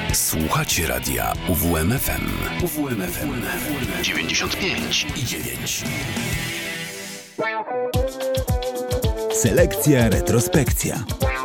Słuchacie radia UWMFM. UWMFM 95,9. Selekcja, retrospekcja.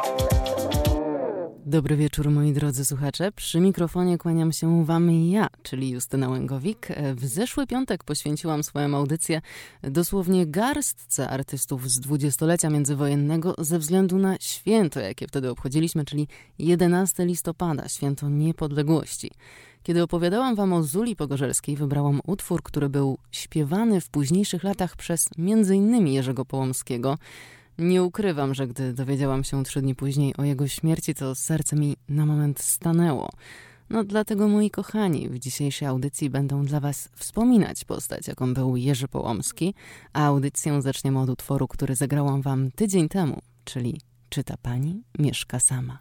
Dobry wieczór, moi drodzy słuchacze. Przy mikrofonie kłaniam się wam ja, czyli Justyna Łęgowik. W zeszły piątek poświęciłam swoją audycję dosłownie garstce artystów z dwudziestolecia międzywojennego ze względu na święto, jakie wtedy obchodziliśmy, czyli 11 listopada, święto niepodległości. Kiedy opowiadałam wam o Zuli Pogorzelskiej, wybrałam utwór, który był śpiewany w późniejszych latach przez m.in. Jerzego Połomskiego. Nie ukrywam, że gdy dowiedziałam się 3 dni później o jego śmierci, to serce mi na moment stanęło. No dlatego, moi kochani, w dzisiejszej audycji będą dla was wspominać postać, jaką był Jerzy Połomski, a audycję zaczniemy od utworu, który zagrałam wam tydzień temu, czyli Czy ta pani mieszka sama?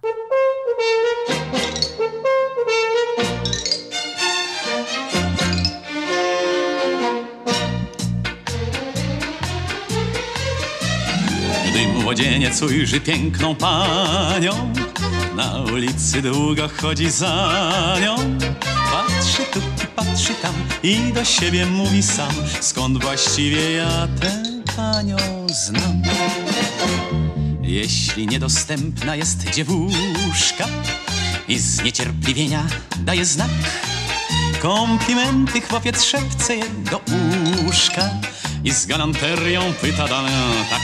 Gdy młodzieniec ujrzy piękną panią, na ulicy długo chodzi za nią. Patrzy tu i patrzy tam i do siebie mówi sam, skąd właściwie ja tę panią znam. Jeśli niedostępna jest dziewuszka i z niecierpliwienia daje znak, komplimenty chłopiec szepce je do uszka i z galanterią pyta damę tak.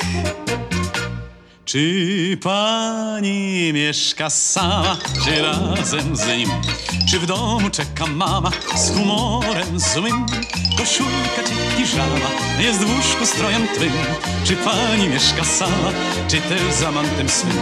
Czy pani mieszka sama, czy razem z nim? Czy w domu czeka mama z humorem złym? Koszulka czy piżama jest w łóżku strojem twym? Czy pani mieszka sama, czy też z amantem swym?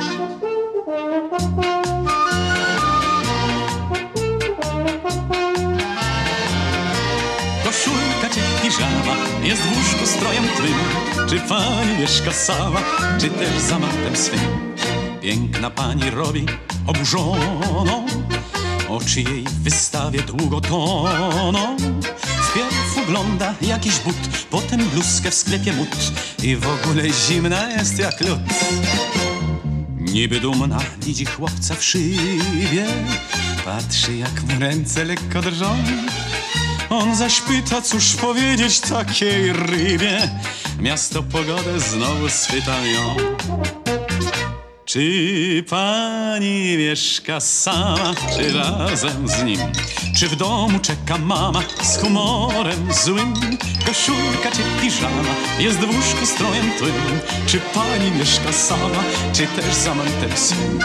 Koszulka czy piżama jest w łóżku strojem twym? Czy pani mieszka sama, czy też z amantem swym? Piękna pani robi oburzoną, oczy jej w wystawie długo toną. Wpierw ogląda jakiś but, potem bluzkę w sklepie mut i w ogóle zimna jest jak lód. Niby dumna widzi chłopca w szybie, patrzy jak mu ręce lekko drżą. On zaś pyta, cóż powiedzieć takiej rybie, miasto pogodę znowu schwyta ją. Czy pani mieszka sama, czy razem z nim? Czy w domu czeka mama z humorem złym? Koszulka czy piżama jest w łóżku strojem twym? Czy pani mieszka sama, czy też z amantem swym?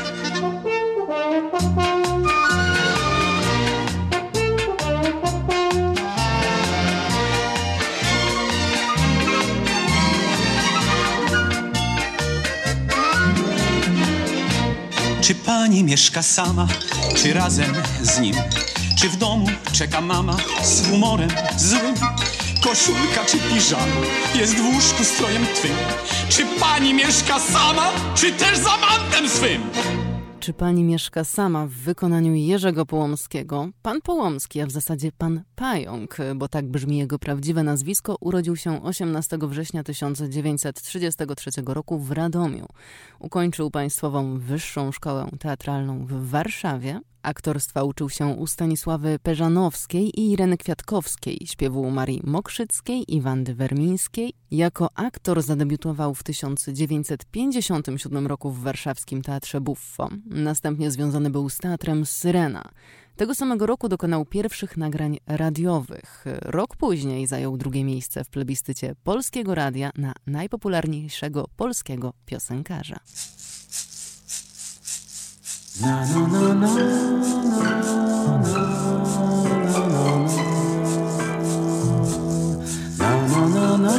Czy pani mieszka sama, czy razem z nim? Czy w domu czeka mama z humorem złym? Koszulka czy piżama jest w łóżku strojem twym? Czy pani mieszka sama, czy też z amantem swym? Czy pani mieszka sama w wykonaniu Jerzego Połomskiego? Pan Połomski, a w zasadzie pan Pająk, bo tak brzmi jego prawdziwe nazwisko, urodził się 18 września 1933 roku w Radomiu. Ukończył Państwową Wyższą Szkołę Teatralną w Warszawie. Aktorstwa uczył się u Stanisławy Peżanowskiej i Ireny Kwiatkowskiej, śpiewu u Marii Mokrzyckiej i Wandy Wermińskiej. Jako aktor zadebiutował w 1957 roku w warszawskim Teatrze Buffo. Następnie związany był z Teatrem Syrena. Tego samego roku dokonał pierwszych nagrań radiowych. Rok później zajął 2. miejsce w plebiscycie Polskiego Radia na najpopularniejszego polskiego piosenkarza. Na na na na na na na.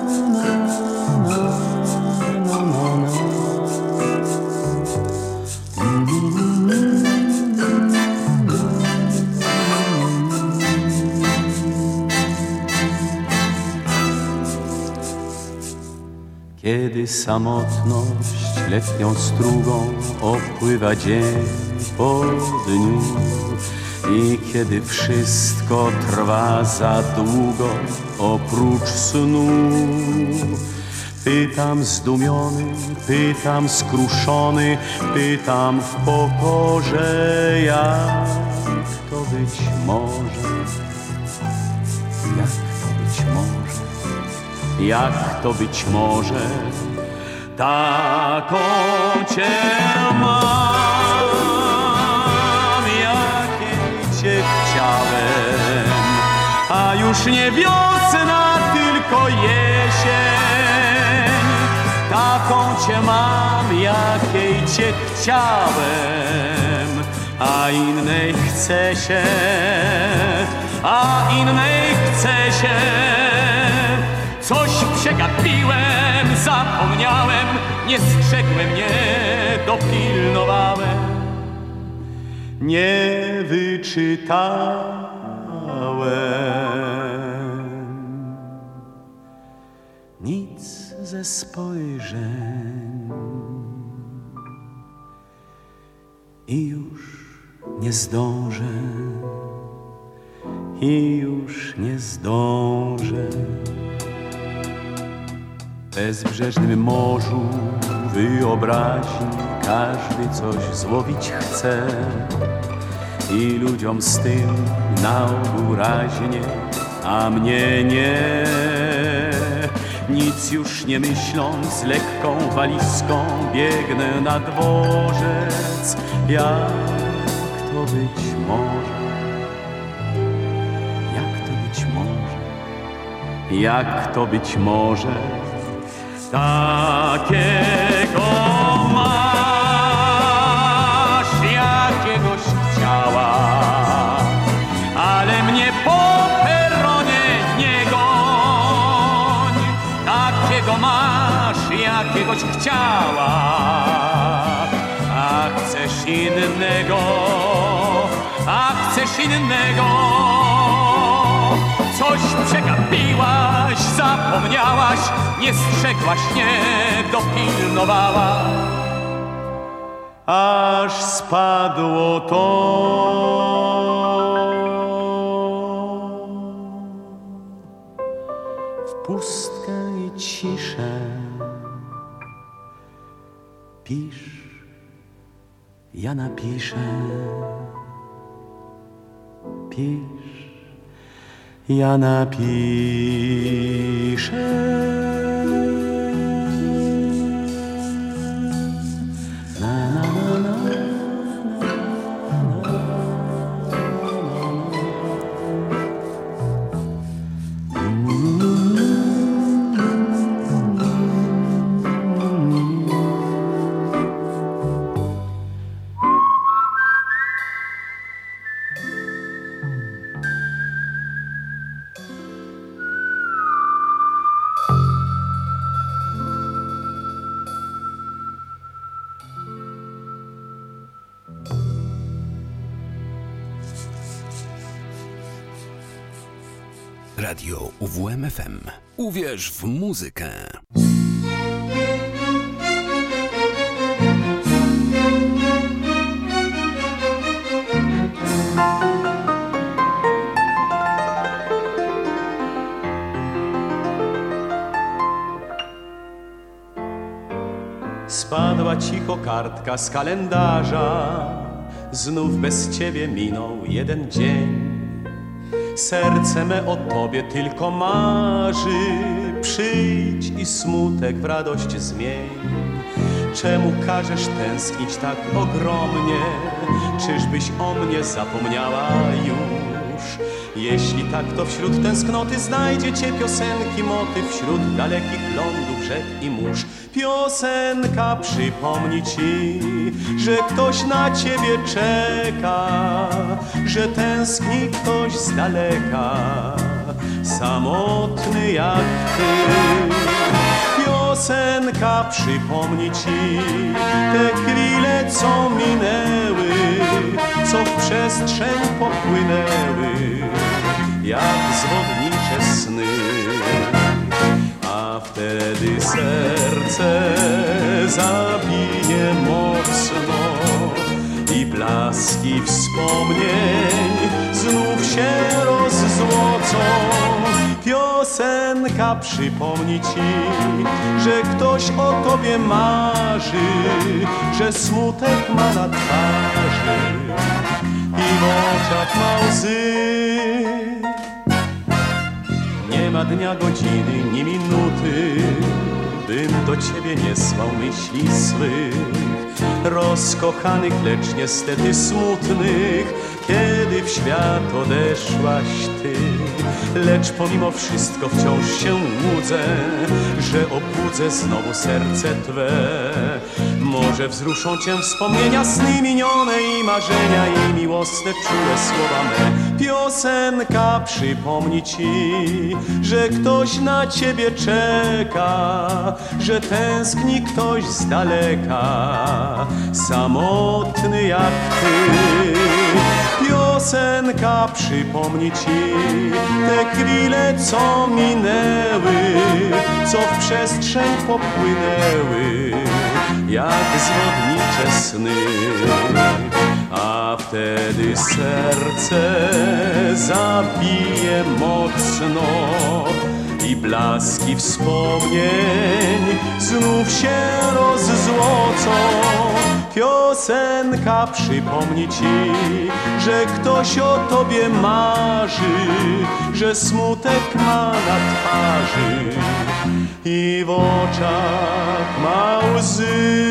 Kiedy samotność letnią strugą opływa dzień po dniu i kiedy wszystko trwa za długo oprócz snu, Pytam zdumiony, pytam skruszony, pytam w pokorze, jak to być może, jak to być może, jak to być może, taką cię mam, jakiej cię chciałem, a już nie wiosna, tylko jesień. Taką cię mam, jakiej cię chciałem, a innej chcę się, a innej chcę się. Coś przegapiłem, zapomniałem, nie strzegłem, nie dopilnowałem, nie wyczytałem nic ze spojrzeń i już nie zdążę, i już nie zdążę. W bezbrzeżnym morzu wyobraźni każdy coś złowić chce i ludziom z tym na ogół raźnie, a mnie nie. Nic już nie myśląc, lekką walizką biegnę na dworzec. Jak to być może? Jak to być może? Jak to być może? Takiego masz, jakiegoś chciała, ale mnie po peronie nie goń. Takiego masz, jakiegoś chciała, a chcesz innego, a chcesz innego. Coś przegapiłaś, zapomniałaś, nie strzegłaś, nie dopilnowałaś, aż spadło to. W pustkę i ciszę pisz, ja napiszę, pisz, ja napiszę. Na, na, na, na, Radio UWMFM. Uwierz w muzykę. Spadła cicho kartka z kalendarza, znów bez ciebie minął jeden dzień. Serce me o tobie tylko marzy, przyjdź i smutek w radość zmień. Czemu każesz tęsknić tak ogromnie? Czyżbyś o mnie zapomniała już? Jeśli tak, to wśród tęsknoty znajdziecie piosenki motyw, wśród dalekich lądów, rzek i mórz. Piosenka przypomni ci, że ktoś na ciebie czeka, że tęskni ktoś z daleka, samotny jak ty. Piosenka przypomni ci te chwile, co minęły, co w przestrzeń popłynęły, jak zwodnicze sny. A wtedy serce zabije mocno i blaski wspomnień znów się rozzłocą. piosenka przypomni ci, że ktoś o tobie marzy, że smutek ma na twarzy i w oczach ma łzy. Nie ma dnia, godziny, ni minuty, bym do ciebie nie słał myśli swych, rozkochanych, lecz niestety smutnych, kiedy w świat odeszłaś ty. Lecz pomimo wszystko wciąż się łudzę, że obudzę znowu serce twe. Może wzruszą cię wspomnienia, sny minione i marzenia i miłosne, czułe słowa me. Piosenka przypomni ci, że ktoś na ciebie czeka, że tęskni ktoś z daleka, samotny jak ty. Piosenka przypomni ci te chwile, co minęły, co w przestrzeń popłynęły, jak zwodnicze sny. A wtedy serce zabije mocno i blaski wspomnień znów się rozzłocą. Piosenka przypomni ci, że ktoś o tobie marzy, że smutek ma na twarzy i w oczach ma łzy.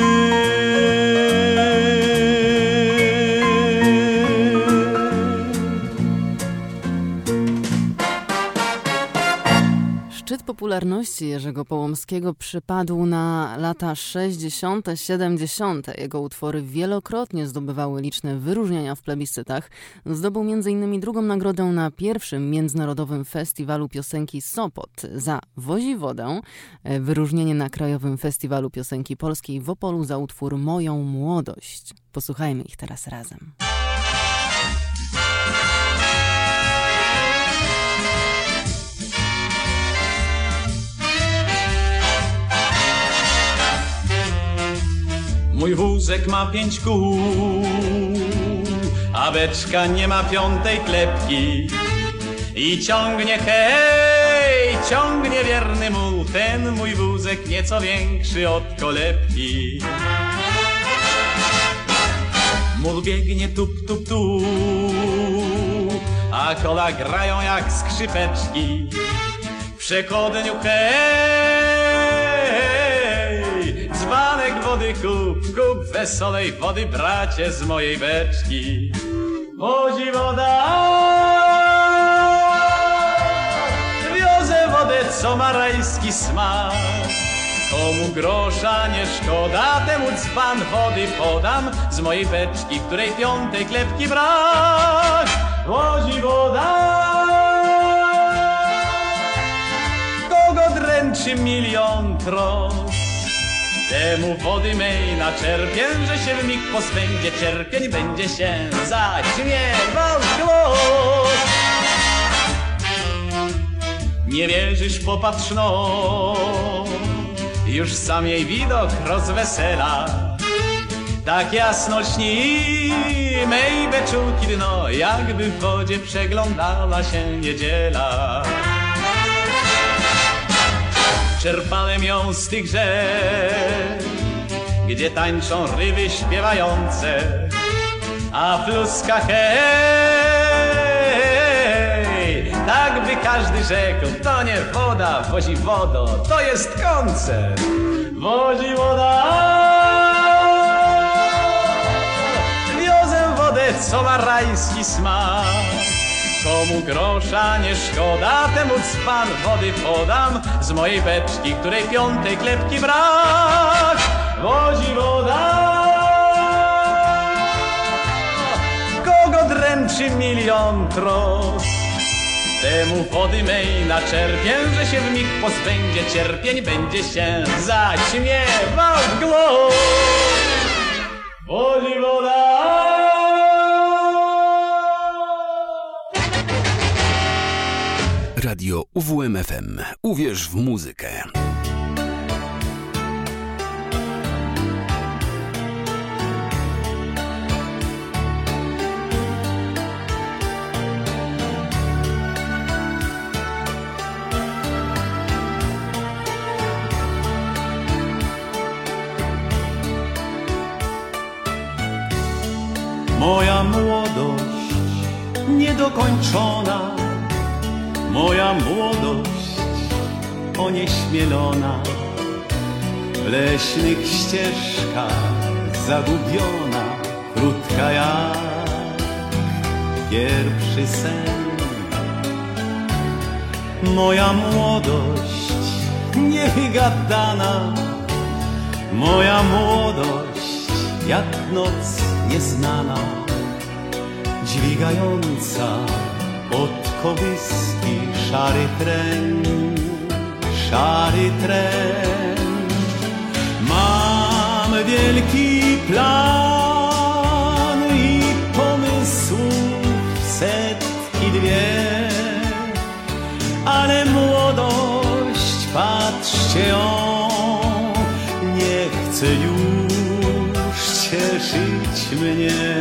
Szczyt popularności Jerzego Połomskiego przypadł na lata 60., 70. Jego utwory wielokrotnie zdobywały liczne wyróżnienia w plebiscytach. Zdobył m.in. drugą nagrodę na pierwszym Międzynarodowym Festiwalu Piosenki Sopot za Woziwodę, wyróżnienie na Krajowym Festiwalu Piosenki Polskiej w Opolu za utwór Moją młodość. Posłuchajmy ich teraz razem. Mój wózek ma 5 kół, a beczka nie ma 5. klepki. I ciągnie, hej, ciągnie wierny muł, ten mój wózek nieco większy od kolebki. Mól biegnie tup, tup, tup, a koła grają jak skrzypeczki. W przechodniu, hej, dzbanek wody kup, kup wesołej wody, bracie, z mojej beczki. Wozi woda, wiozę wodę, co ma rajski smak. Komu grosza nie szkoda, temu dzban wody podam z mojej beczki, której 5. klepki brak. Wozi woda, kogo dręczy milion trosk, temu wody mej naczerpię, że się w mig pozbędzie cierpień, będzie się zaśmiewał głos. Nie wierzysz, popatrz no, już sam jej widok rozwesela. Tak jasno śni mej beczułki dno, jakby w wodzie przeglądała się niedziela. Czerpałem ją z tych rzek, gdzie tańczą ryby śpiewające, a pluska hej, tak by każdy rzekł, to nie woda, wozi wodo, to jest koncert. Wozi woda, wiozę wodę, co ma rajski smak. Komu grosza nie szkoda, temu dzban wody podam z mojej beczki, której 5. klepki brak. Wozi woda, kogo dręczy milion trosk, temu wody mej naczerpię, że się w mig pozbędzie cierpień, będzie się zaśmiewał głos. Wozi woda. Radio UWMFM. Uwierz w muzykę. Moja młodość niedokończona, moja młodość onieśmielona, w leśnych ścieżkach zagubiona, krótka jak pierwszy sen. Moja młodość niewygadana, moja młodość jak noc nieznana, dźwigająca od kołyski szary tren, szary tren. Mam wielki plan i pomysłów setki dwie, ale młodość, patrzcie ją, nie chce już cieszyć mnie.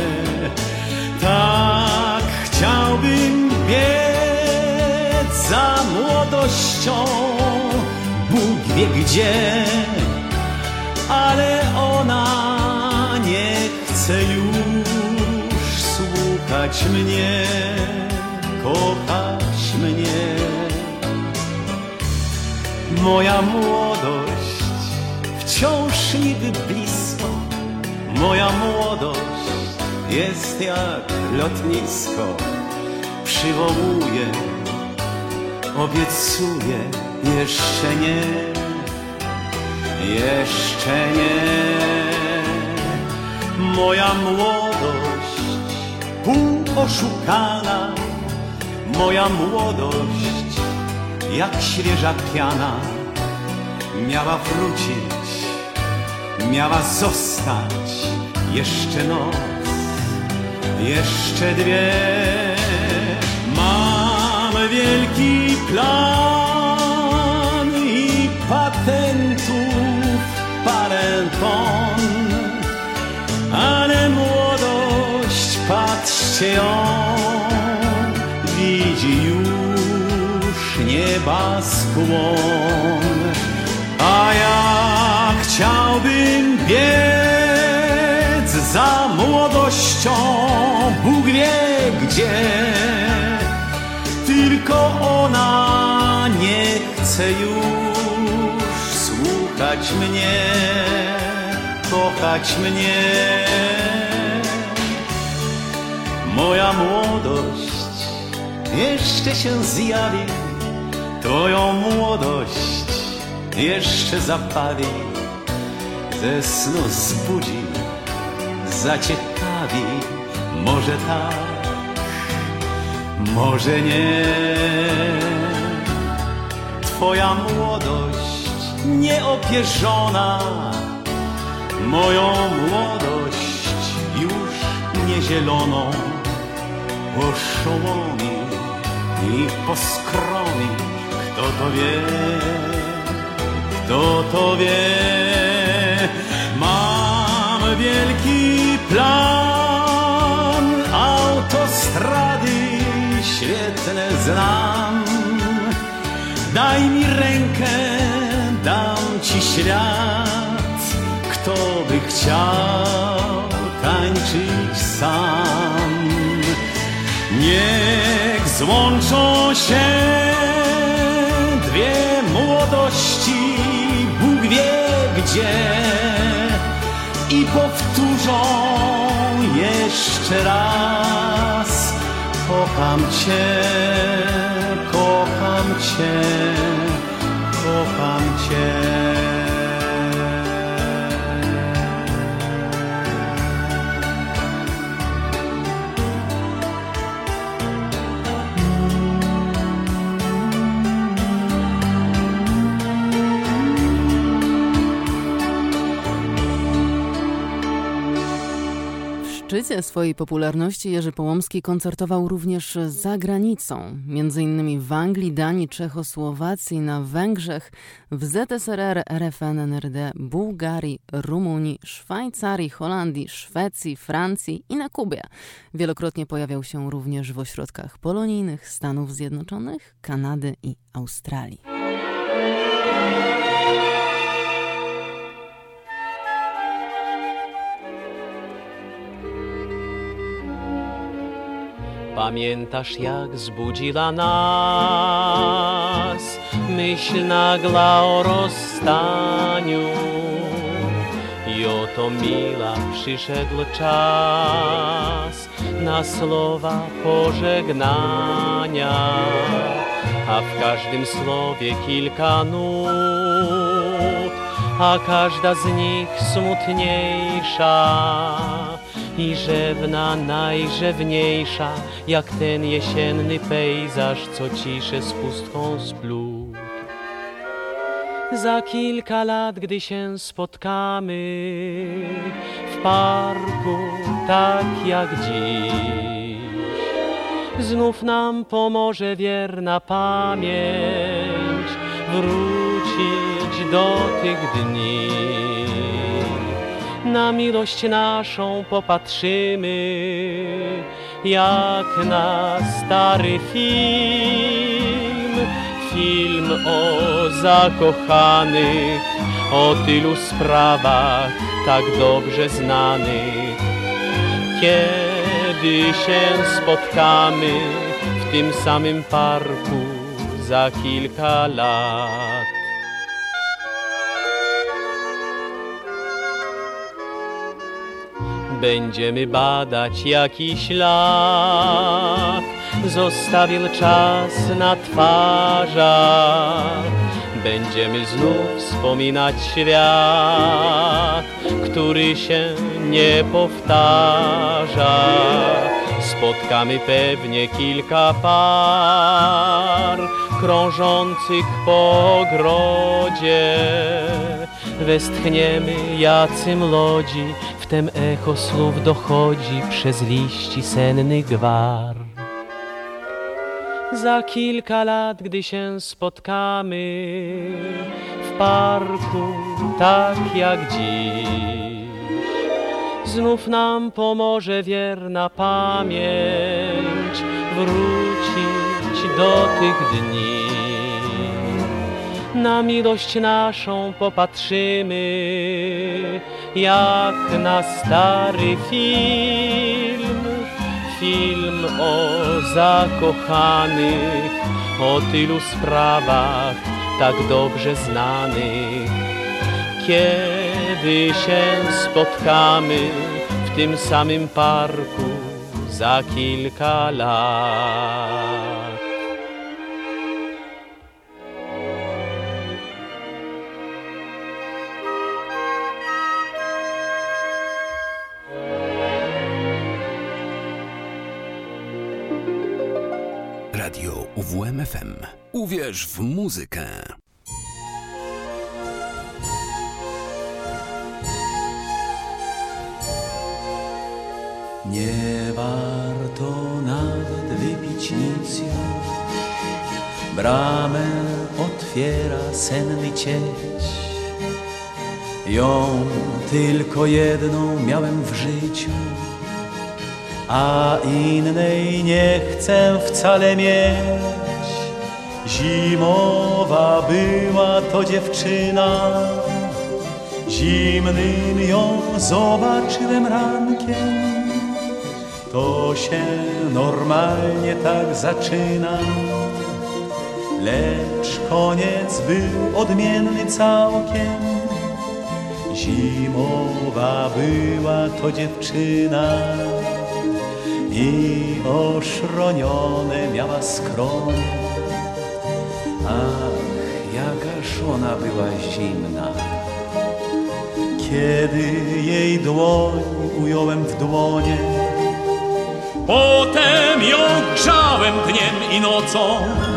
Tak chciałbym biec za młodością, Bóg wie gdzie, ale ona nie chce już słuchać mnie, kochać mnie. Moja młodość wciąż niby blisko, moja młodość jest jak lotnisko, przywołuje, obiecuje, jeszcze nie, jeszcze nie. Moja młodość pół oszukana, moja młodość jak świeża piana, miała wrócić, miała zostać jeszcze noc, jeszcze dwie. Mam wielki plan i patentów parę ton, ale młodość, patrzcie ją, widzi już nieba skłon. A ja chciałbym biec za młodością, Bóg wie gdzie, tylko ona nie chce już słuchać mnie, kochać mnie. Moja młodość jeszcze się zjawi, to ją młodość jeszcze zabawi, ze snu zbudzi, zaciekawi, może tak, może nie. Twoja młodość nieopierzona, moją młodość już nie zieloną, oszołomi i poskromi, kto to wie, kto to wie. Mam wielki plan, autostrady świetne znam. Daj mi rękę, dam ci świat, kto by chciał tańczyć sam. Niech złączą się dwie młodości, Bóg wie gdzie, i powtórzą jeszcze raz: kocham cię, kocham cię, kocham cię. W szczycie swojej popularności Jerzy Połomski koncertował również za granicą, m.in. w Anglii, Danii, Czechosłowacji, na Węgrzech, w ZSRR, RFN, NRD, Bułgarii, Rumunii, Szwajcarii, Holandii, Szwecji, Francji i na Kubie. Wielokrotnie pojawiał się również w ośrodkach polonijnych Stanów Zjednoczonych, Kanady i Australii. Pamiętasz, jak zbudziła nas myśl nagla o rozstaniu? I oto mila przyszedł czas na słowa pożegnania, a w każdym słowie kilka nut, a każda z nich smutniejsza i rzewna, najrzewniejsza, jak ten jesienny pejzaż, co ciszę z pustką splótł. Za kilka lat, gdy się spotkamy w parku, tak jak dziś, znów nam pomoże wierna pamięć wrócić do tych dni. Na miłość naszą popatrzymy jak na stary film o zakochanych, o tylu sprawach tak dobrze znanych. Kiedy się spotkamy w tym samym parku za kilka lat. Będziemy badać jaki ślad zostawił czas na twarzach. Będziemy znów wspominać świat, który się nie powtarza. Spotkamy pewnie kilka par krążących po ogrodzie. Westchniemy jacy młodzi, wtem echo słów dochodzi przez liści senny gwar. Za kilka lat, gdy się spotkamy w parku, tak jak dziś, znów nam pomoże wierna pamięć wrócić do tych dni. Na miłość naszą popatrzymy jak na stary film o zakochanych, o tylu sprawach tak dobrze znanych. Kiedy się spotkamy w tym samym parku za kilka lat. Radio UWMFM. Uwierz w muzykę. Nie warto nawet wypić nic już. Bramę otwiera senny cieć. Ją tylko jedną miałem w życiu, a innej nie chcę wcale mieć. Zimowa była to dziewczyna, zimnym ją zobaczyłem rankiem. To się normalnie tak zaczyna, lecz koniec był odmienny całkiem. Zimowa była to dziewczyna i oszronione miała skrony. Ach, jakaż ona była zimna. Kiedy jej dłoń ująłem w dłonie, potem ją grzałem dniem i nocą.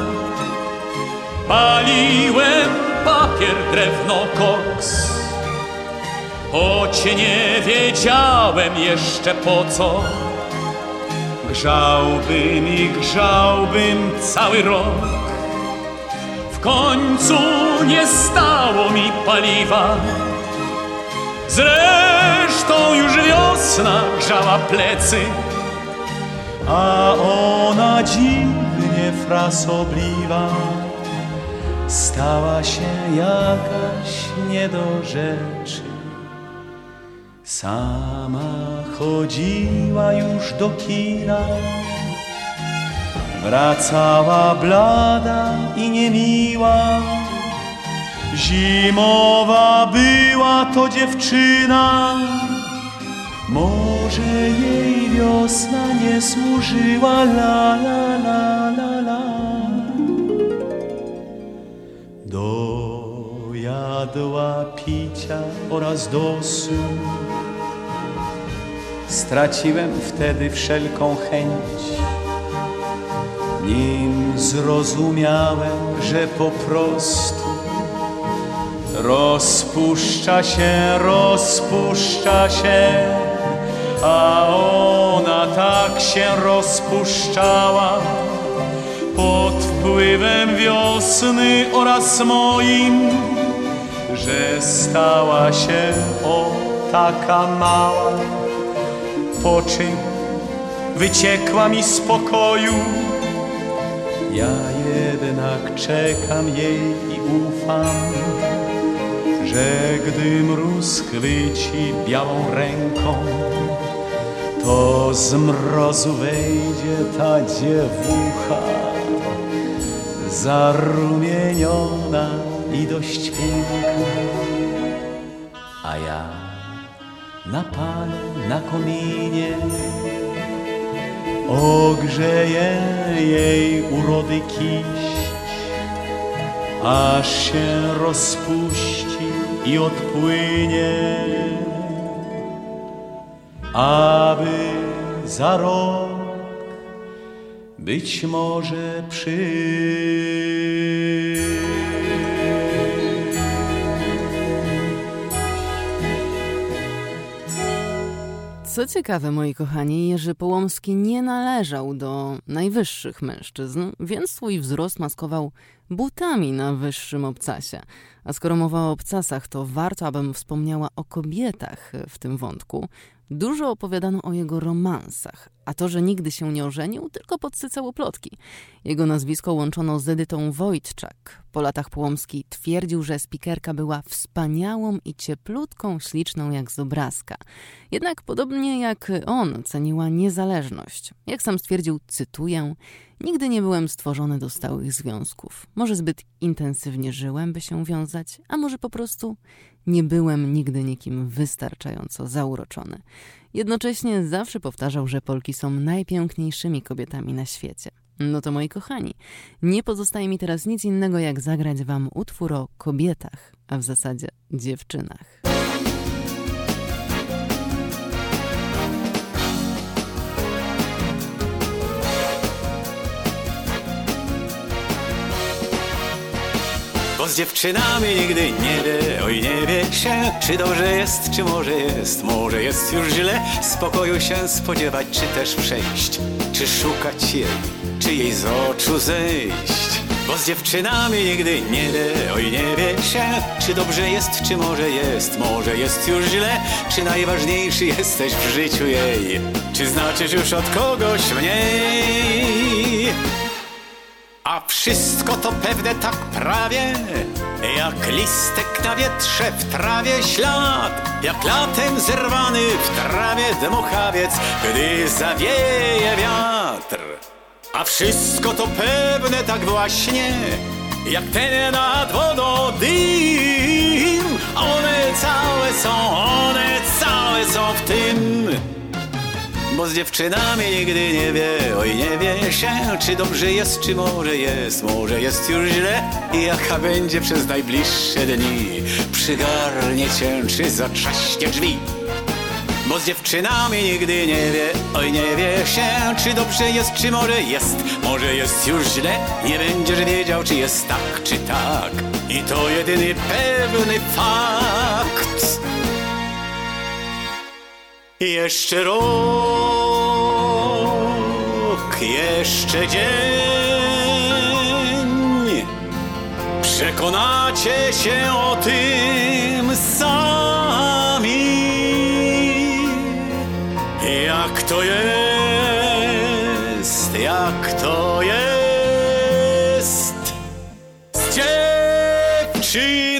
Paliłem papier, drewno, koks, choć nie wiedziałem jeszcze po co. Grzałbym i grzałbym cały rok. W końcu nie stało mi paliwa. Zresztą już wiosna grzała plecy, a ona dziwnie frasobliwa. Stała się jakaś nie do rzeczy. Sama chodziła już do kina wracała blada i niemiła. Zimowa była to dziewczyna, może jej wiosna nie służyła, la la la la la. Dojadła picia oraz dosu, straciłem wtedy wszelką chęć, nim zrozumiałem, że po prostu rozpuszcza się, a ona tak się rozpuszczała pod wpływem wiosny oraz moim, że stała się o taka mała, po czym wyciekła mi z pokoju. Ja jednak czekam jej i ufam, że gdy mróz chwyci białą ręką, to z mrozu wejdzie ta dziewucha, zarumieniona i dość piękna. A ja na panu na kominie ogrzeję jej urody kiść, aż się rozpuści i odpłynie, aby za rok być może Co ciekawe, moi kochani, Jerzy Połomski nie należał do najwyższych mężczyzn, więc swój wzrost maskował butami na wyższym obcasie. A skoro mowa o obcasach, to warto, abym wspomniała o kobietach w tym wątku. Dużo opowiadano o jego romansach, a to, że nigdy się nie ożenił, tylko podsycało plotki. Jego nazwisko łączono z Edytą Wojtczak. Po latach Połomski twierdził, że spikerka była wspaniałą i cieplutką, śliczną jak z obrazka. Jednak podobnie jak on ceniła niezależność. Jak sam stwierdził, cytuję, nigdy nie byłem stworzony do stałych związków. Może zbyt intensywnie żyłem, by się wiązać, a może po prostu nie byłem nigdy nikim wystarczająco zauroczony. Jednocześnie zawsze powtarzał, że Polki są najpiękniejszymi kobietami na świecie. No to moi kochani, nie pozostaje mi teraz nic innego, jak zagrać wam utwór o kobietach, a w zasadzie dziewczynach. Bo z dziewczynami nigdy nie wie, oj nie wie się, czy dobrze jest, czy może jest już źle. Spokoju się spodziewać, czy też przejść, czy szukać jej, czy jej z oczu zejść. Bo z dziewczynami nigdy nie wie, oj nie wie się, czy dobrze jest, czy może jest już źle. Czy najważniejszy jesteś w życiu jej, czy znaczysz już od kogoś mniej. A wszystko to pewne tak prawie, jak listek na wietrze w trawie ślad, jak latem zerwany w trawie dmuchawiec, gdy zawieje wiatr. A wszystko to pewne tak właśnie, jak ten nad wodą dym. One całe są w tym. Bo z dziewczynami nigdy nie wie, oj nie wie się, czy dobrze jest, czy może jest już źle. I jaka będzie przez najbliższe dni, przygarnie cię, czy zatrzaśnie drzwi. Bo z dziewczynami nigdy nie wie, oj nie wie się, czy dobrze jest, czy może jest już źle. Nie będziesz wiedział, czy jest tak, czy tak, i to jedyny pewny fakt. Jeszcze rok, jeszcze dzień, przekonacie się o tym sami. Jak to jest z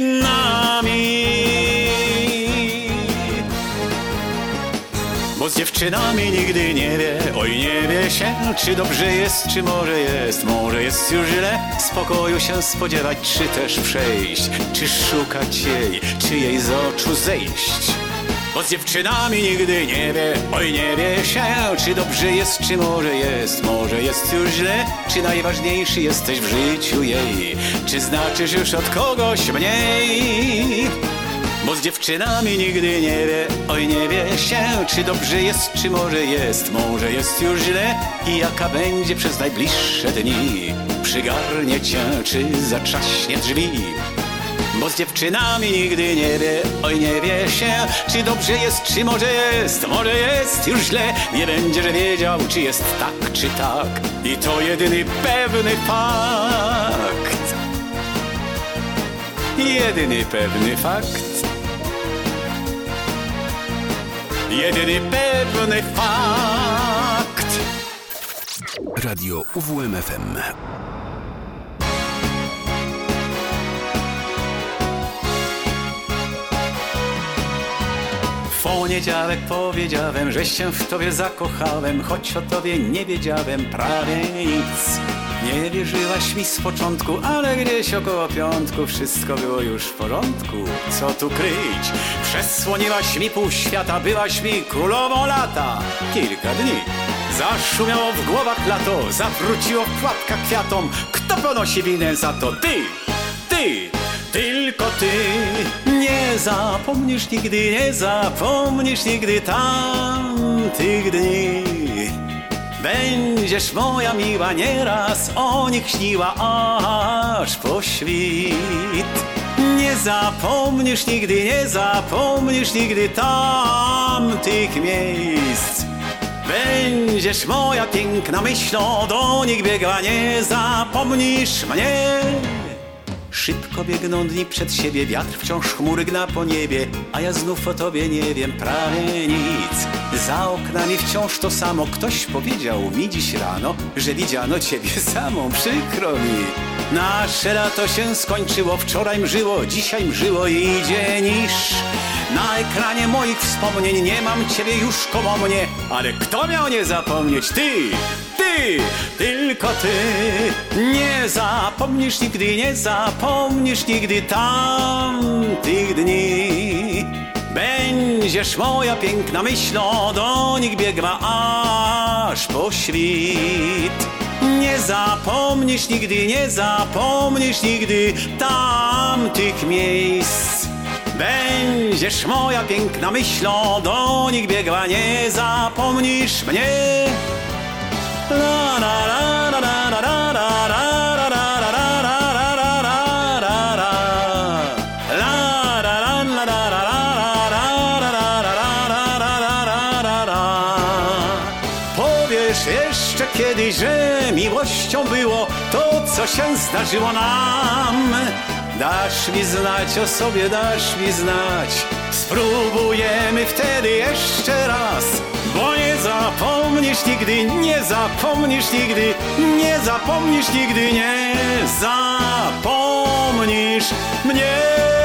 dziewczynami. Bo z dziewczynami nigdy nie wie, oj nie wie się, czy dobrze jest, czy może jest już źle. Spokoju się spodziewać, czy też przejść, czy szukać jej, czy jej z oczu zejść. Bo z dziewczynami nigdy nie wie, oj nie wie się, czy dobrze jest, czy może jest już źle. Czy najważniejszy jesteś w życiu jej, czy znaczysz już od kogoś mniej. Bo z dziewczynami nigdy nie wie, oj nie wie się, czy dobrze jest, czy może jest już źle. I jaka będzie przez najbliższe dni, przygarnie cię, czy zatrzaśnie drzwi. Bo z dziewczynami nigdy nie wie, oj nie wie się, czy dobrze jest, czy może jest już źle. Nie będzie, że wiedział, czy jest tak, czy tak. I to jedyny pewny fakt. Jedyny pewny fakt. Jedyny pewny fakt. Radio UWMFM. W poniedziałek powiedziałem, że się w tobie zakochałem, choć o tobie nie wiedziałem prawie nic. Nie wierzyłaś mi z początku, ale gdzieś około piątku wszystko było już w porządku. Co tu kryć? Przesłoniłaś mi pół świata, byłaś mi królową lata. Kilka dni zaszumiało w głowach lato, zawróciło w płatkach kwiatom. Kto ponosi winę za to? Ty! Tylko ty. Nie zapomnisz nigdy tamtych dni. Będziesz moja miła, nieraz o nich śniła aż po świt. Nie zapomnisz nigdy tamtych miejsc. Będziesz moja piękna myślą, do nich biegła, nie zapomnisz mnie. Szybko biegną dni przed siebie, wiatr wciąż chmury gna po niebie, a ja znów o tobie nie wiem prawie nic. Za oknami wciąż to samo, ktoś powiedział mi dziś rano, że widziano ciebie samą, przykro mi. Nasze lato się skończyło, wczoraj mżyło, dzisiaj mżyło i idzie niż. Na ekranie moich wspomnień nie mam ciebie już koło mnie, ale kto miał nie zapomnieć? Ty, tylko ty. Nie zapomnisz nigdy tamtych dni. Będziesz moja piękna myślą, do nich biegła aż po świt. Nie zapomnisz nigdy tamtych miejsc. Będziesz moja piękna myślą, do nich biegła, nie zapomnisz mnie. La la la la la la la la la la. Powiesz jeszcze kiedyś, że miłością było to, co się zdarzyło nam. Dasz mi znać o sobie, dasz mi znać. Spróbujemy wtedy jeszcze raz. Bo nie zapomnisz nigdy, nie zapomnisz nigdy, nie zapomnisz nigdy, nie zapomnisz mnie.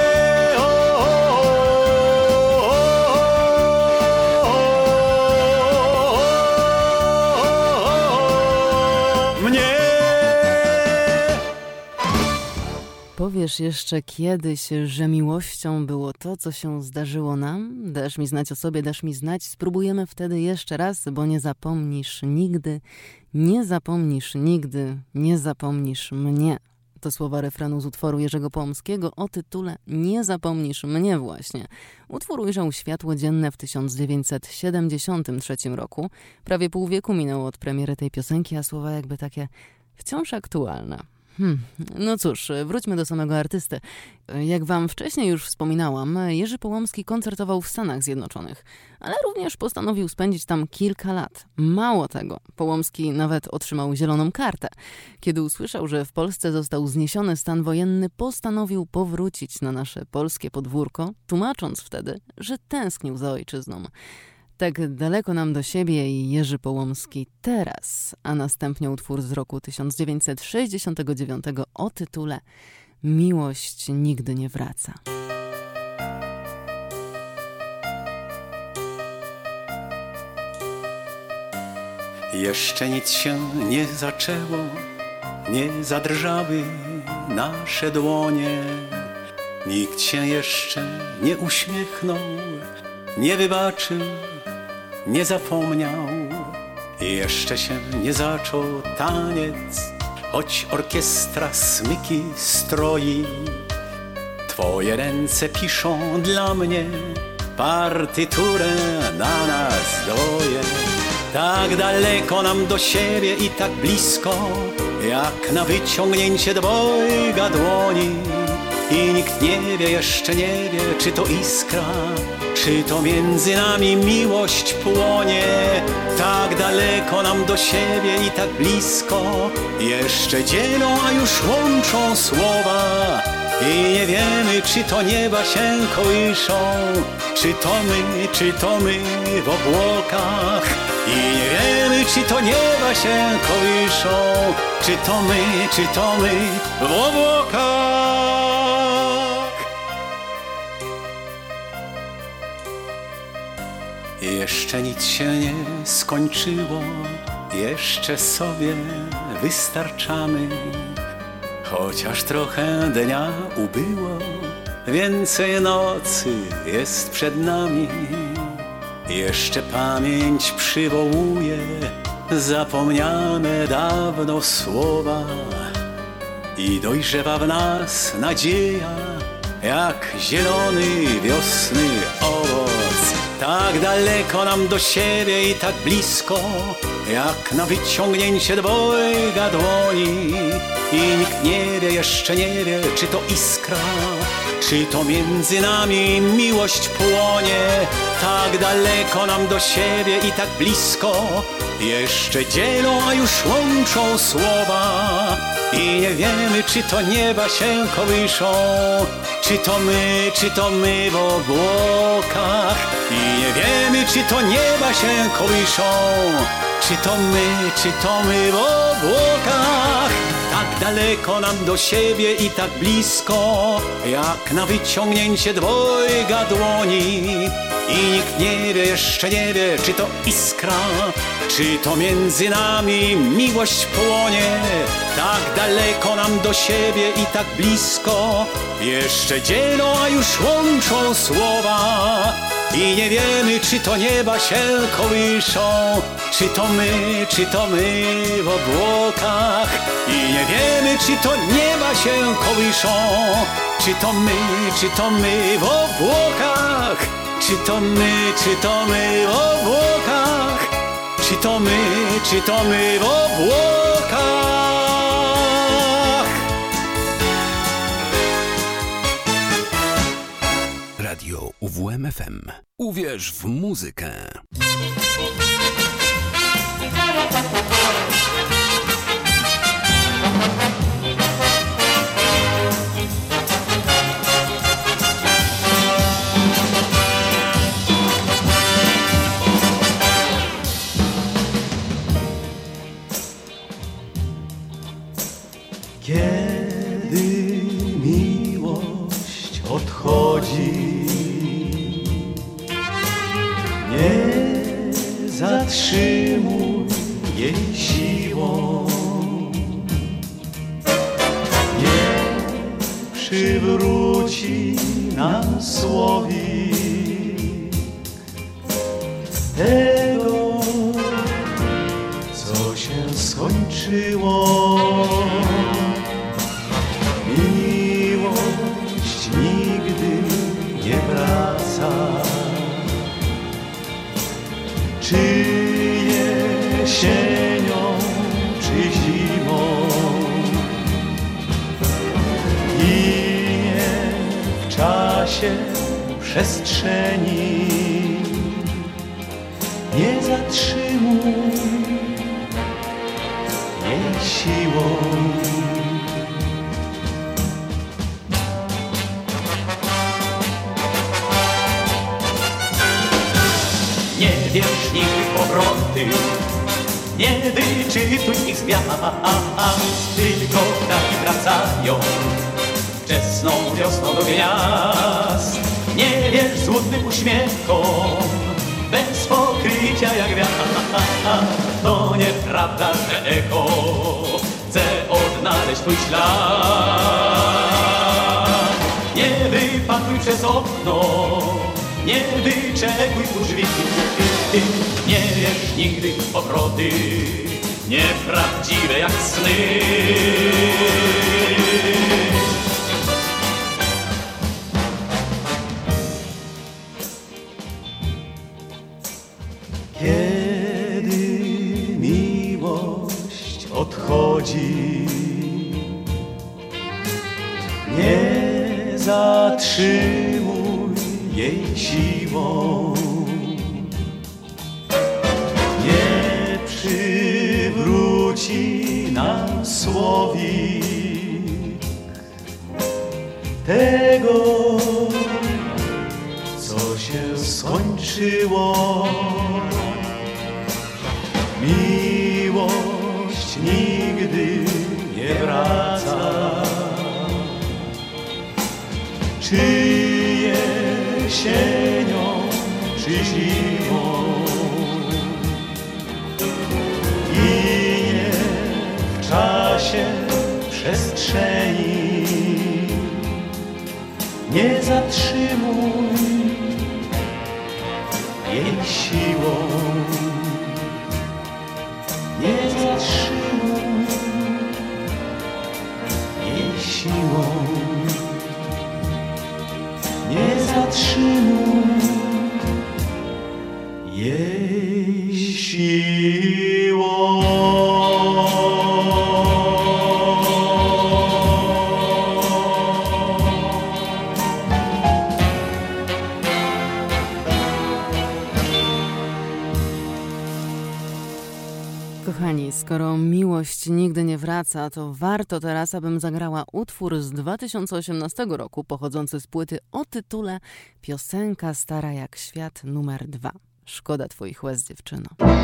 Powiesz jeszcze kiedyś, że miłością było to, co się zdarzyło nam? Dasz mi znać o sobie, dasz mi znać. Spróbujemy wtedy jeszcze raz, bo nie zapomnisz nigdy, nie zapomnisz nigdy, nie zapomnisz mnie. To słowa refrenu z utworu Jerzego Połomskiego o tytule Nie zapomnisz mnie właśnie. Utwór ujrzał światło dzienne w 1973 roku. Prawie pół wieku minęło od premiery tej piosenki, a słowa jakby takie wciąż aktualne. No cóż, wróćmy do samego artysty. Jak wam wcześniej już wspominałam, Jerzy Połomski koncertował w Stanach Zjednoczonych, ale również postanowił spędzić tam kilka lat. Mało tego, Połomski nawet otrzymał zieloną kartę. Kiedy usłyszał, że w Polsce został zniesiony stan wojenny, postanowił powrócić na nasze polskie podwórko, tłumacząc wtedy, że tęsknił za ojczyzną. Tak daleko nam do siebie i Jerzy Połomski teraz, a następnie utwór z roku 1969 o tytule Miłość nigdy nie wraca. Jeszcze nic się nie zaczęło, nie zadrżały nasze dłonie. Nikt się jeszcze nie uśmiechnął, nie wybaczył, nie zapomniał. Jeszcze się nie zaczął taniec, choć orkiestra smyki stroi. Twoje ręce piszą dla mnie partyturę na nas dwoje. Tak daleko nam do siebie i tak blisko, jak na wyciągnięcie dwojga dłoni. I nikt nie wie, jeszcze nie wie, czy to iskra, czy to między nami miłość płonie. Tak daleko nam do siebie i tak blisko, jeszcze dzielą, a już łączą słowa. I nie wiemy, czy to nieba się kołyszą, czy to my w obłokach. I nie wiemy, czy to nieba się kołyszą, czy to my w obłokach. Jeszcze nic się nie skończyło, jeszcze sobie wystarczamy. Chociaż trochę dnia ubyło, więcej nocy jest przed nami. Jeszcze pamięć przywołuje zapomniane dawno słowa i dojrzewa w nas nadzieja, jak zielony wiosny owoc. Tak daleko nam do siebie i tak blisko, jak na wyciągnięcie dwojga dłoni. I nikt nie wie, jeszcze nie wie, czy to iskra, czy to między nami miłość płonie. Tak daleko nam do siebie i tak blisko, jeszcze dzielą, a już łączą słowa. I nie wiemy, czy to nieba się kołyszą, czy to my w obłokach. I nie wiemy, czy to nieba się kołyszą, czy to my w obłokach. Tak daleko nam do siebie i tak blisko, jak na wyciągnięcie dwojga dłoni. I nikt nie wie, jeszcze nie wie, czy to iskra, czy to między nami miłość płonie. Tak daleko nam do siebie i tak blisko, jeszcze dzielą, a już łączą słowa. I nie wiemy, czy to nieba się kołyszą, czy to my w obłokach. I nie wiemy, czy to nieba się kołyszą, czy to my w obłokach. Czy to my w obłokach, czy to my w obłokach. Radio UWMFM. Uwierz w muzykę. Kiedy miłość odchodzi, nie zatrzymuj jej siłą, nie przywróci nam słowik tego, co się skończyło. Miłość nigdy nie wraca. Czy jesienią, czy zimą, ginie w czasie przestrzeni. Nie zatrzymuj jej siłą. Nie wierz nigdy w powroty, nie wyczytuj ich zmian, tylko ptaki wracają wczesną wiosną do gniazd. Nie wierz złudnym uśmiechom, bez pokrycia jak wiatr. To nieprawda, że echo chce odnaleźć twój ślad. Nie wypatruj przez okno, nie wyczekuj u drzwi. Nie wierz nigdy w powroty nieprawdziwe jak sny. Kiedy miłość odchodzi, nie zatrzymuj jej siłą, nie przywróci nam słowik tego, co się skończyło. Miłość nigdy nie wraca, czy jesienią, czy zimą, i nie w czasie przestrzeni. Nie zatrzymuj jej siłą, nie zatrzymuj jej siłą, nie zatrzymuj jej siłą. Kochani, skoro miłość nigdy nie wraca, to warto teraz, abym zagrała utwór z 2018 roku, pochodzący z płyty o tytule Piosenka stara jak świat numer 2. Szkoda twoich łez, dziewczyno.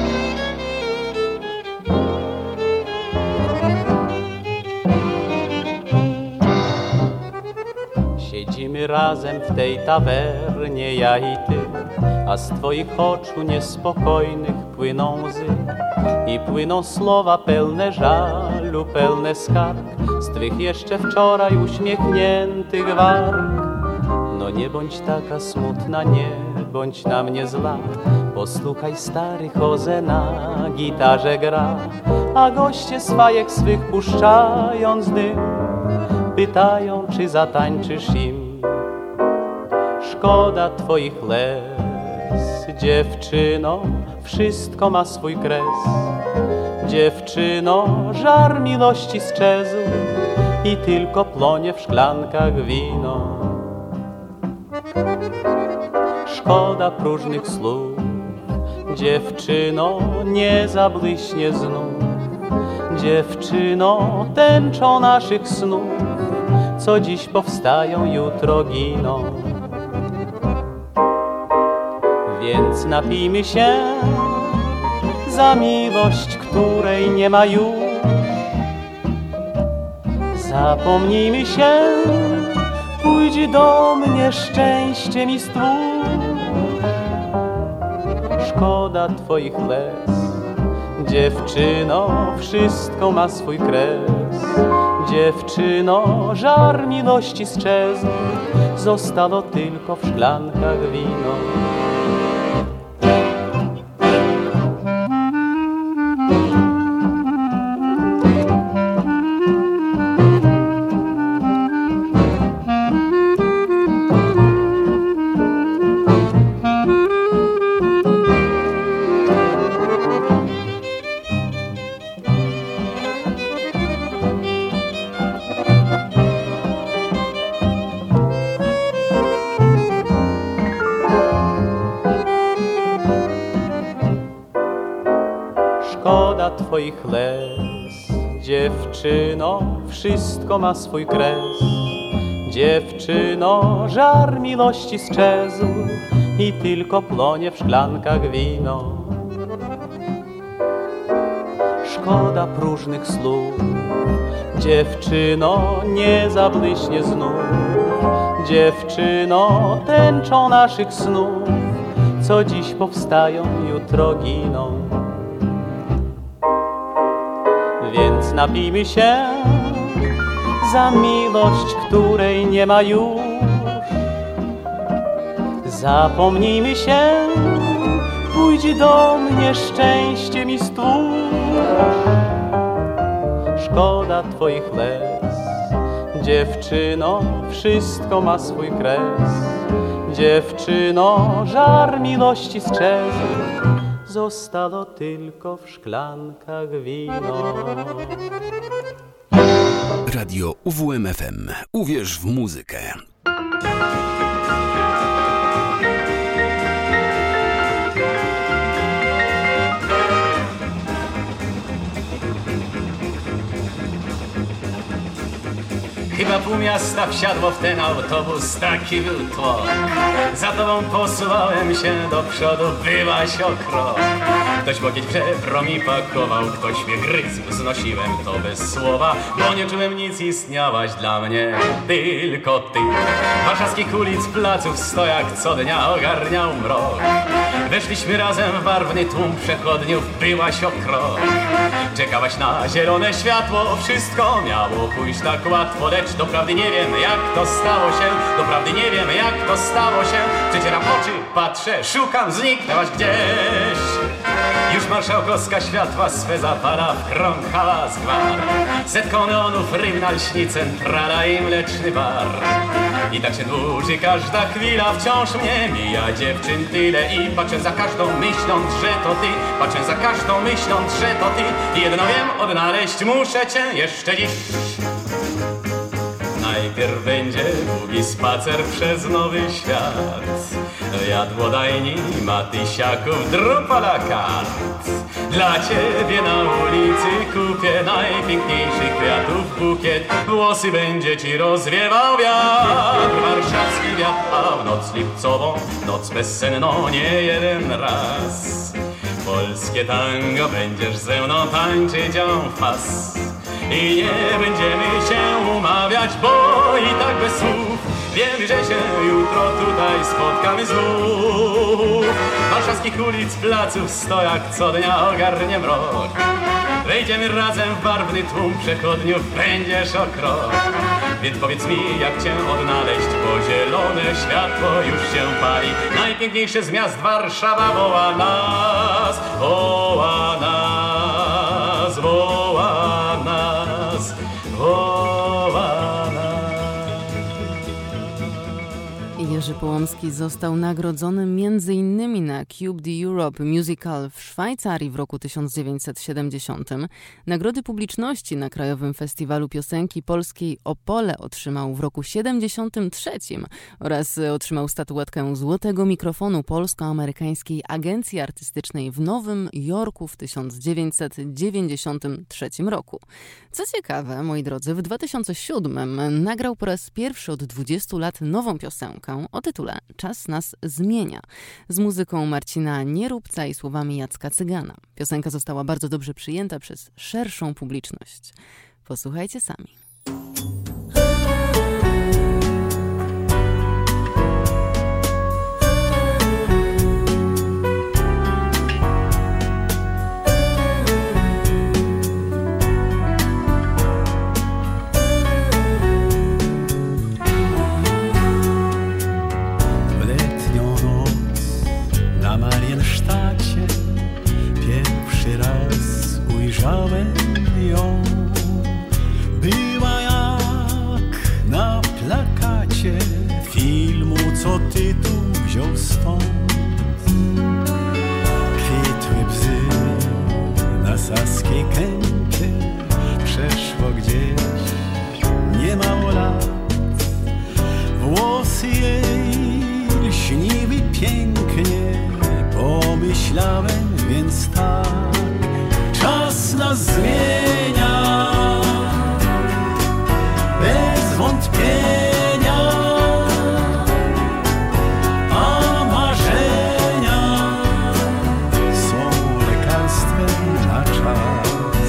Siedzimy razem w tej tawernie, ja i ty, a z twoich oczu niespokojnych płyną łzy i płyną słowa pełne żalu, pełne skarg, z twych jeszcze wczoraj uśmiechniętych warg. No nie bądź taka smutna, nie bądź na mnie zła, posłuchaj stary Jose na gitarze gra, a goście swajek swych puszczając dym pytają, czy zatańczysz im. Szkoda twoich łez, dziewczyno, wszystko ma swój kres. Dziewczyno, żar miłości sczezł i tylko płonie w szklankach wino. Szkoda próżnych słów, dziewczyno, nie zabłyśnie znów. Dziewczyno, tęczą naszych snów, co dziś powstają, jutro giną. Więc napijmy się za miłość, której nie ma już. Zapomnijmy się, pójdź do mnie, szczęście mi stwórz. Szkoda twoich łez, dziewczyno, wszystko ma swój kres. Dziewczyno, żar miłości sczezł, zostało tylko w szklankach wino. Szkoda twoich łez, dziewczyno, wszystko ma swój kres. Dziewczyno, żar miłości sczezł i tylko płonie w szklankach wino. Szkoda próżnych słów, dziewczyno, nie zabłyśnie znów. Dziewczyno, tęczą naszych snów, co dziś powstają, jutro giną. Więc napijmy się za miłość, której nie ma już. Zapomnijmy się, pójdź do mnie, szczęście mi stwórz. Szkoda twoich łez, dziewczyno, wszystko ma swój kres. Dziewczyno, żar miłości sczezł, zostało tylko w szklankach wino. Radio UWMFM. Uwierz w muzykę. Chyba pół miasta wsiadło w ten autobus, taki był tłok. Za tobą posuwałem się do przodu, byłaś o krok. Ktoś łokieć w żebro mi pakował, ktoś mnie gryzł, znosiłem to bez słowa, bo nie czułem nic, istniałaś dla mnie tylko ty. Warszawskich ulic, placów, stojak co dnia ogarniał mrok. Weszliśmy razem w barwny tłum przechodniów, byłaś o krok. Czekałaś na zielone światło, wszystko miało pójść tak łatwo, lecz doprawdy nie wiem, jak to stało się. Doprawdy nie wiem, jak to stało się. Przecieram oczy, patrzę, szukam, zniknęłaś gdzieś. Już marszałkowska światła swe zapala, w krąg hałas gwar. Setką neonów rymna lśni centrala i mleczny bar. I tak się dłuży każda chwila, wciąż mnie mija dziewczyn tyle. I patrzę za każdą myśląc, że to ty. Patrzę za każdą myśląc, że to ty. I jedno wiem, odnaleźć muszę cię jeszcze dziś. Najpierw będzie długi spacer przez nowy świat. Jadłodajni, Matysiaków, Dropola kart. Dla ciebie na ulicy kupię najpiękniejszych kwiatów bukiet. Włosy będzie ci rozwiewał wiatr, warszawski wiatr. A w noc lipcową, noc bezsenną nie jeden raz. Polskie tango będziesz ze mną tańczyć en face. I nie będziemy się umawiać, bo i tak bez słów wiem, że się jutro tutaj spotkamy znów. Warszawskich ulic, placów, stojak co dnia ogarnie mrok. Wejdziemy razem w barwny tłum przechodniów, będziesz o krok. Więc powiedz mi, jak cię odnaleźć, bo zielone światło już się pali. Najpiękniejsze z miast Warszawa woła nas, woła nas, woła nas, woła nas. Jerzy Połomski został nagrodzony m.in. na Cube de Europe Musical w Szwajcarii w roku 1970. Nagrody publiczności na Krajowym Festiwalu Piosenki Polskiej Opole otrzymał w roku 1973 oraz otrzymał statuetkę Złotego Mikrofonu Polsko-Amerykańskiej Agencji Artystycznej w Nowym Jorku w 1993 roku. Co ciekawe, moi drodzy, w 2007 nagrał po raz pierwszy od 20 lat nową piosenkę o tytule Czas nas zmienia z muzyką Marcina Nieróbca i słowami Jacka Cygana. Piosenka została bardzo dobrze przyjęta przez szerszą publiczność. Posłuchajcie sami. Ujrzałem ją, była jak na plakacie filmu, co tytuł wziął stąd. Kwitły bzy na Saskiej Kępie, przeszło gdzieś niemało lat. Włosy jej lśniły pięknie, pomyślałem więc tak. Czas nas zmienia, bez wątpienia, a marzenia są lekarstwem na czas.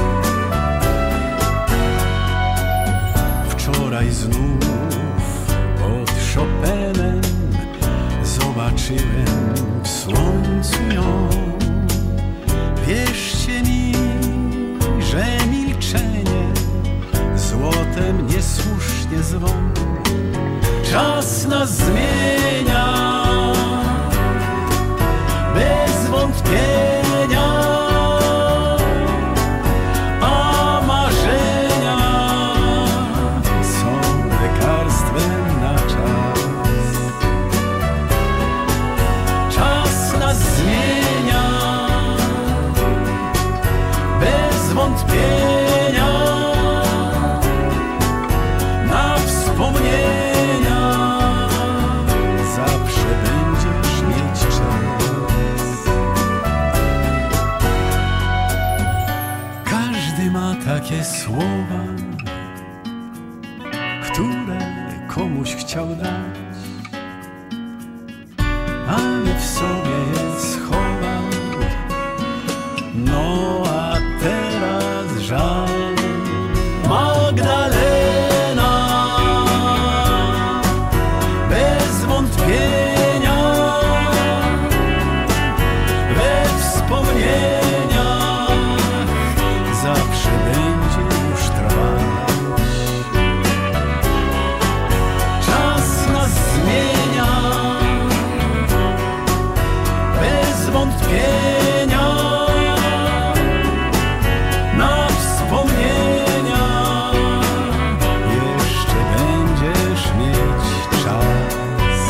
Wczoraj znów pod Chopinem zobaczyłem w nie zwą. Czas nas zmienia, bez wątpienia, a marzenia są lekarstwem na czas. Czas nas zmienia, bez wątpienia, na wspomnienia zawsze będziesz mieć czas. Każdy ma takie słowa, które komuś chciał dać, ale w sobie je schował. No a teraz żal. Magdalena, bez wątpienia, we wspomnieniach zawsze będzie już trwać. Czas nas zmienia, bez wątpienia, na wspomnienia jeszcze będziesz mieć czas.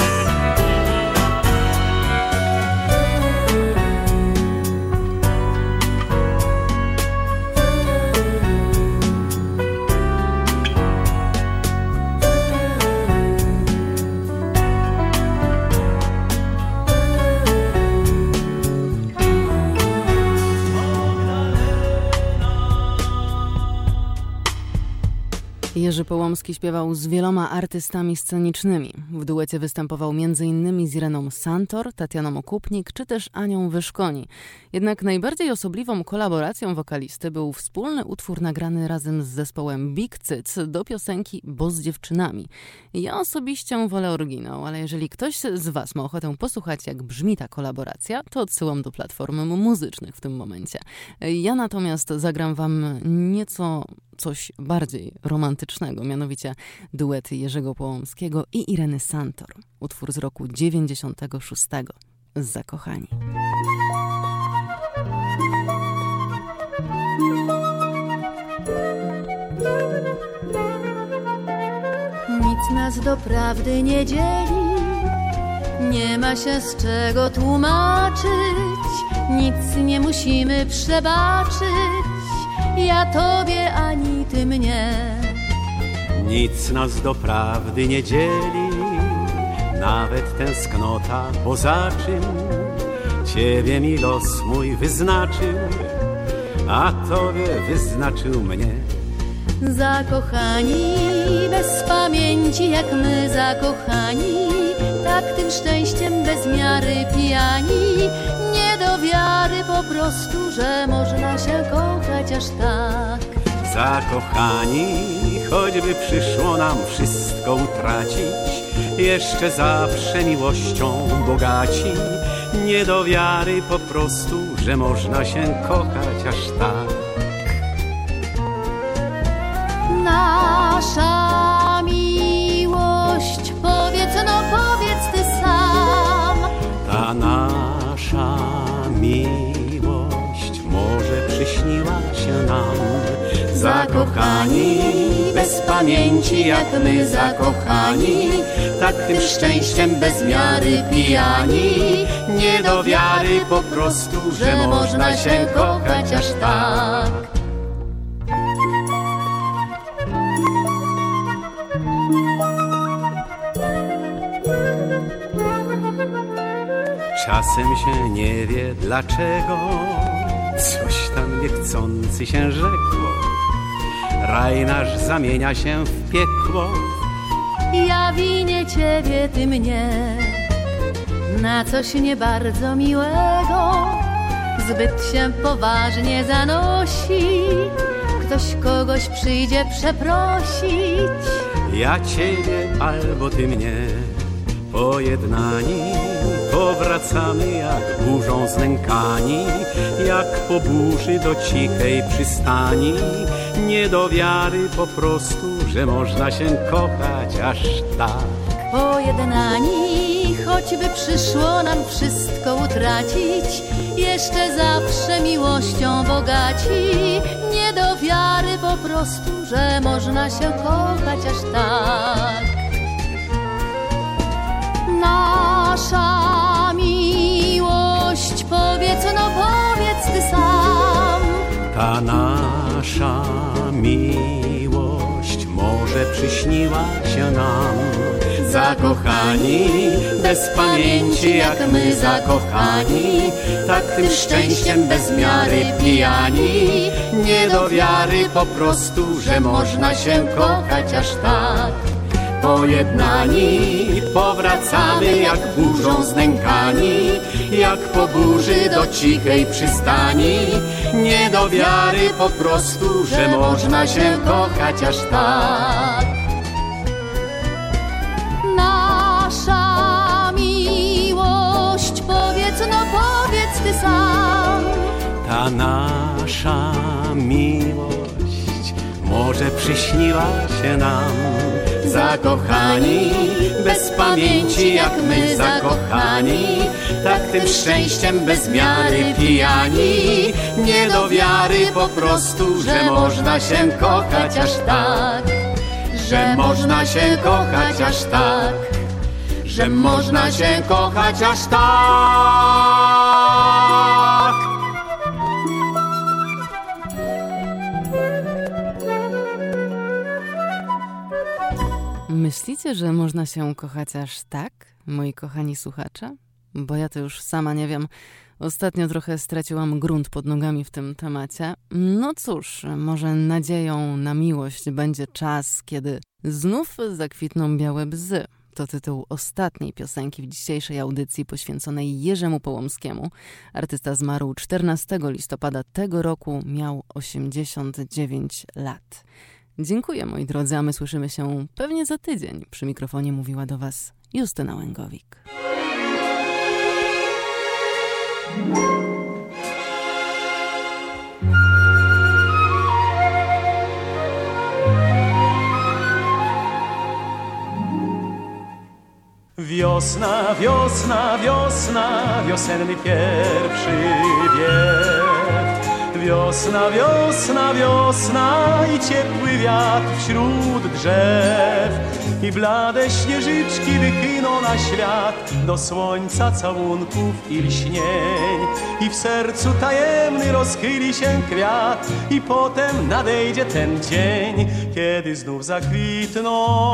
Jerzy Połomski śpiewał z wieloma artystami scenicznymi. W duecie występował m.in. z Ireną Santor, Tatianą Okupnik czy też Anią Wyszkoni. Jednak najbardziej osobliwą kolaboracją wokalisty był wspólny utwór nagrany razem z zespołem Big Cyc do piosenki Bo z dziewczynami. Ja osobiście wolę oryginał, ale jeżeli ktoś z Was ma ochotę posłuchać, jak brzmi ta kolaboracja, to odsyłam do platform muzycznych w tym momencie. Ja natomiast zagram Wam coś bardziej romantycznego, mianowicie duety Jerzego Połomskiego i Ireny Santor. Utwór z roku 96. Zakochani. Nic nas doprawdy nie dzieli, nie ma się z czego tłumaczyć, nic nie musimy przebaczyć, ja tobie ani ty mnie. Nic nas doprawdy nie dzieli, nawet tęsknota, bo za czym ciebie mi los mój wyznaczył, a tobie wyznaczył mnie. Zakochani bez pamięci jak my zakochani, tak tym szczęściem bez miary pijani, nie do wiary po prostu, że można się kochać aż tak. Zakochani, choćby przyszło nam wszystko utracić, jeszcze zawsze miłością bogaci, nie do wiary po prostu, że można się kochać aż tak. Nasza miłość, powiedz ty sam. Ta nasza miłość może przyśniła się nam. Zakochani, bez pamięci jak my zakochani, tak tym szczęściem bez miary pijani, nie do wiary po prostu, że można się kochać aż tak. Czasem się nie wie dlaczego, coś tam niechcący się rzekło, raj nasz zamienia się w piekło. Ja winię ciebie, ty mnie, na coś nie bardzo miłego, zbyt się poważnie zanosi, ktoś kogoś przyjdzie przeprosić. Ja ciebie albo ty mnie, Pojednani powracamy jak burzą znękani, jak po burzy do cichej przystani. Nie do wiary po prostu, że można się kochać aż tak. Pojednani, choćby przyszło nam wszystko utracić, jeszcze zawsze miłością bogaci. Nie do wiary po prostu, że można się kochać aż tak. Nasza miłość, powiedz ty sam. Ta nasza miłość może przyśniła się nam. Zakochani, bez pamięci jak my zakochani, tak tym szczęściem bez miary pijani. Nie do wiary po prostu, że można się kochać aż tak. Pojednani powracamy jak burzą znękani, jak po burzy do cichej przystani. Nie do wiary po prostu, że można się kochać aż tak. Nasza miłość, powiedz ty sam. Ta nasza miłość może przyśniła się nam. Zakochani, bez pamięci jak my zakochani, tak tym szczęściem bez miary pijani. Nie do wiary po prostu, że można się kochać aż tak. Że można się kochać aż tak. Że można się kochać aż tak. Myślicie, że można się kochać aż tak, moi kochani słuchacze? Bo ja to już sama nie wiem. Ostatnio trochę straciłam grunt pod nogami w tym temacie. No cóż, może nadzieją na miłość będzie czas, kiedy znów zakwitną białe bzy. To tytuł ostatniej piosenki w dzisiejszej audycji poświęconej Jerzemu Połomskiemu. Artysta zmarł 14 listopada tego roku, miał 89 lat. Dziękuję, moi drodzy, a my słyszymy się pewnie za tydzień. Przy mikrofonie mówiła do Was Justyna Łęgowik. Wiosna, wiosna, wiosna, wiosenny pierwszy wiew. Wiosna, wiosna, wiosna i ciepły wiatr wśród drzew. I blade śnieżyczki wychyną na świat do słońca całunków i lśnień. I w sercu tajemny rozchyli się kwiat i potem nadejdzie ten dzień, kiedy znów zakwitną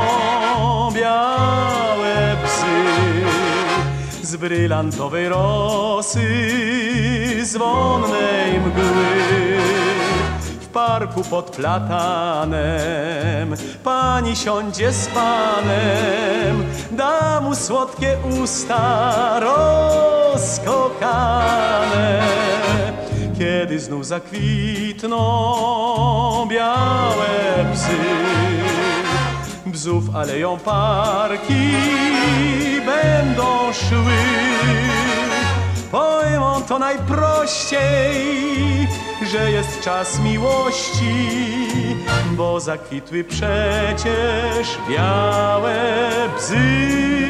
białe psy. Z brylantowej rosy, z wonnej mgły. W parku pod platanem pani siądzie z panem, da mu słodkie usta rozkokane. Kiedy znów zakwitną białe psy, bzów aleją parki będą szły. Pojmą to najprościej, że jest czas miłości, bo zakwitły przecież białe bzy.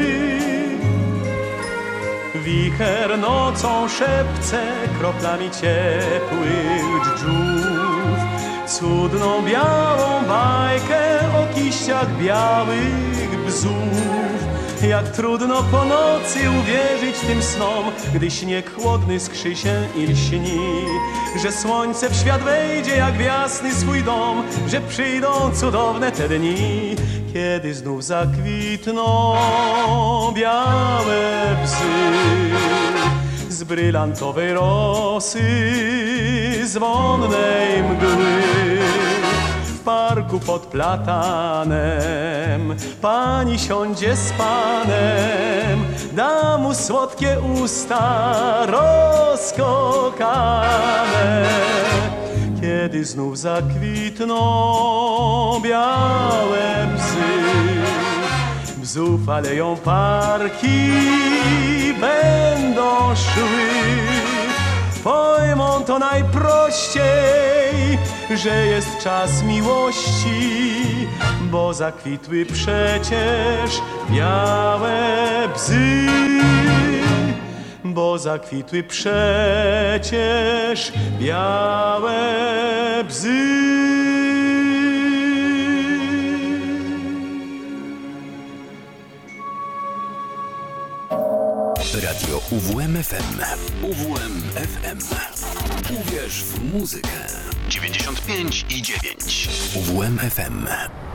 Wicher nocą szepce kroplami ciepłych dżdżów cudną białą bajkę o kiściach białych bzów. Jak trudno po nocy uwierzyć tym snom, gdy śnieg chłodny skrzy się i lśni, że słońce w świat wejdzie jak w jasny swój dom, że przyjdą cudowne te dni, kiedy znów zakwitną białe bzy. Z brylantowej rosy, z wonnej mgły. W parku pod platanem pani siądzie z panem, da mu słodkie usta rozkokane. Kiedy znów zakwitną białe bzy, bzów aleją parki będą szły. Pojmą to najprościej, że jest czas miłości, bo zakwitły przecież białe bzy. Bo zakwitły przecież białe bzy. Radio UWM FM. UWM FM. Uwierz w muzykę. 95,9. UWM FM.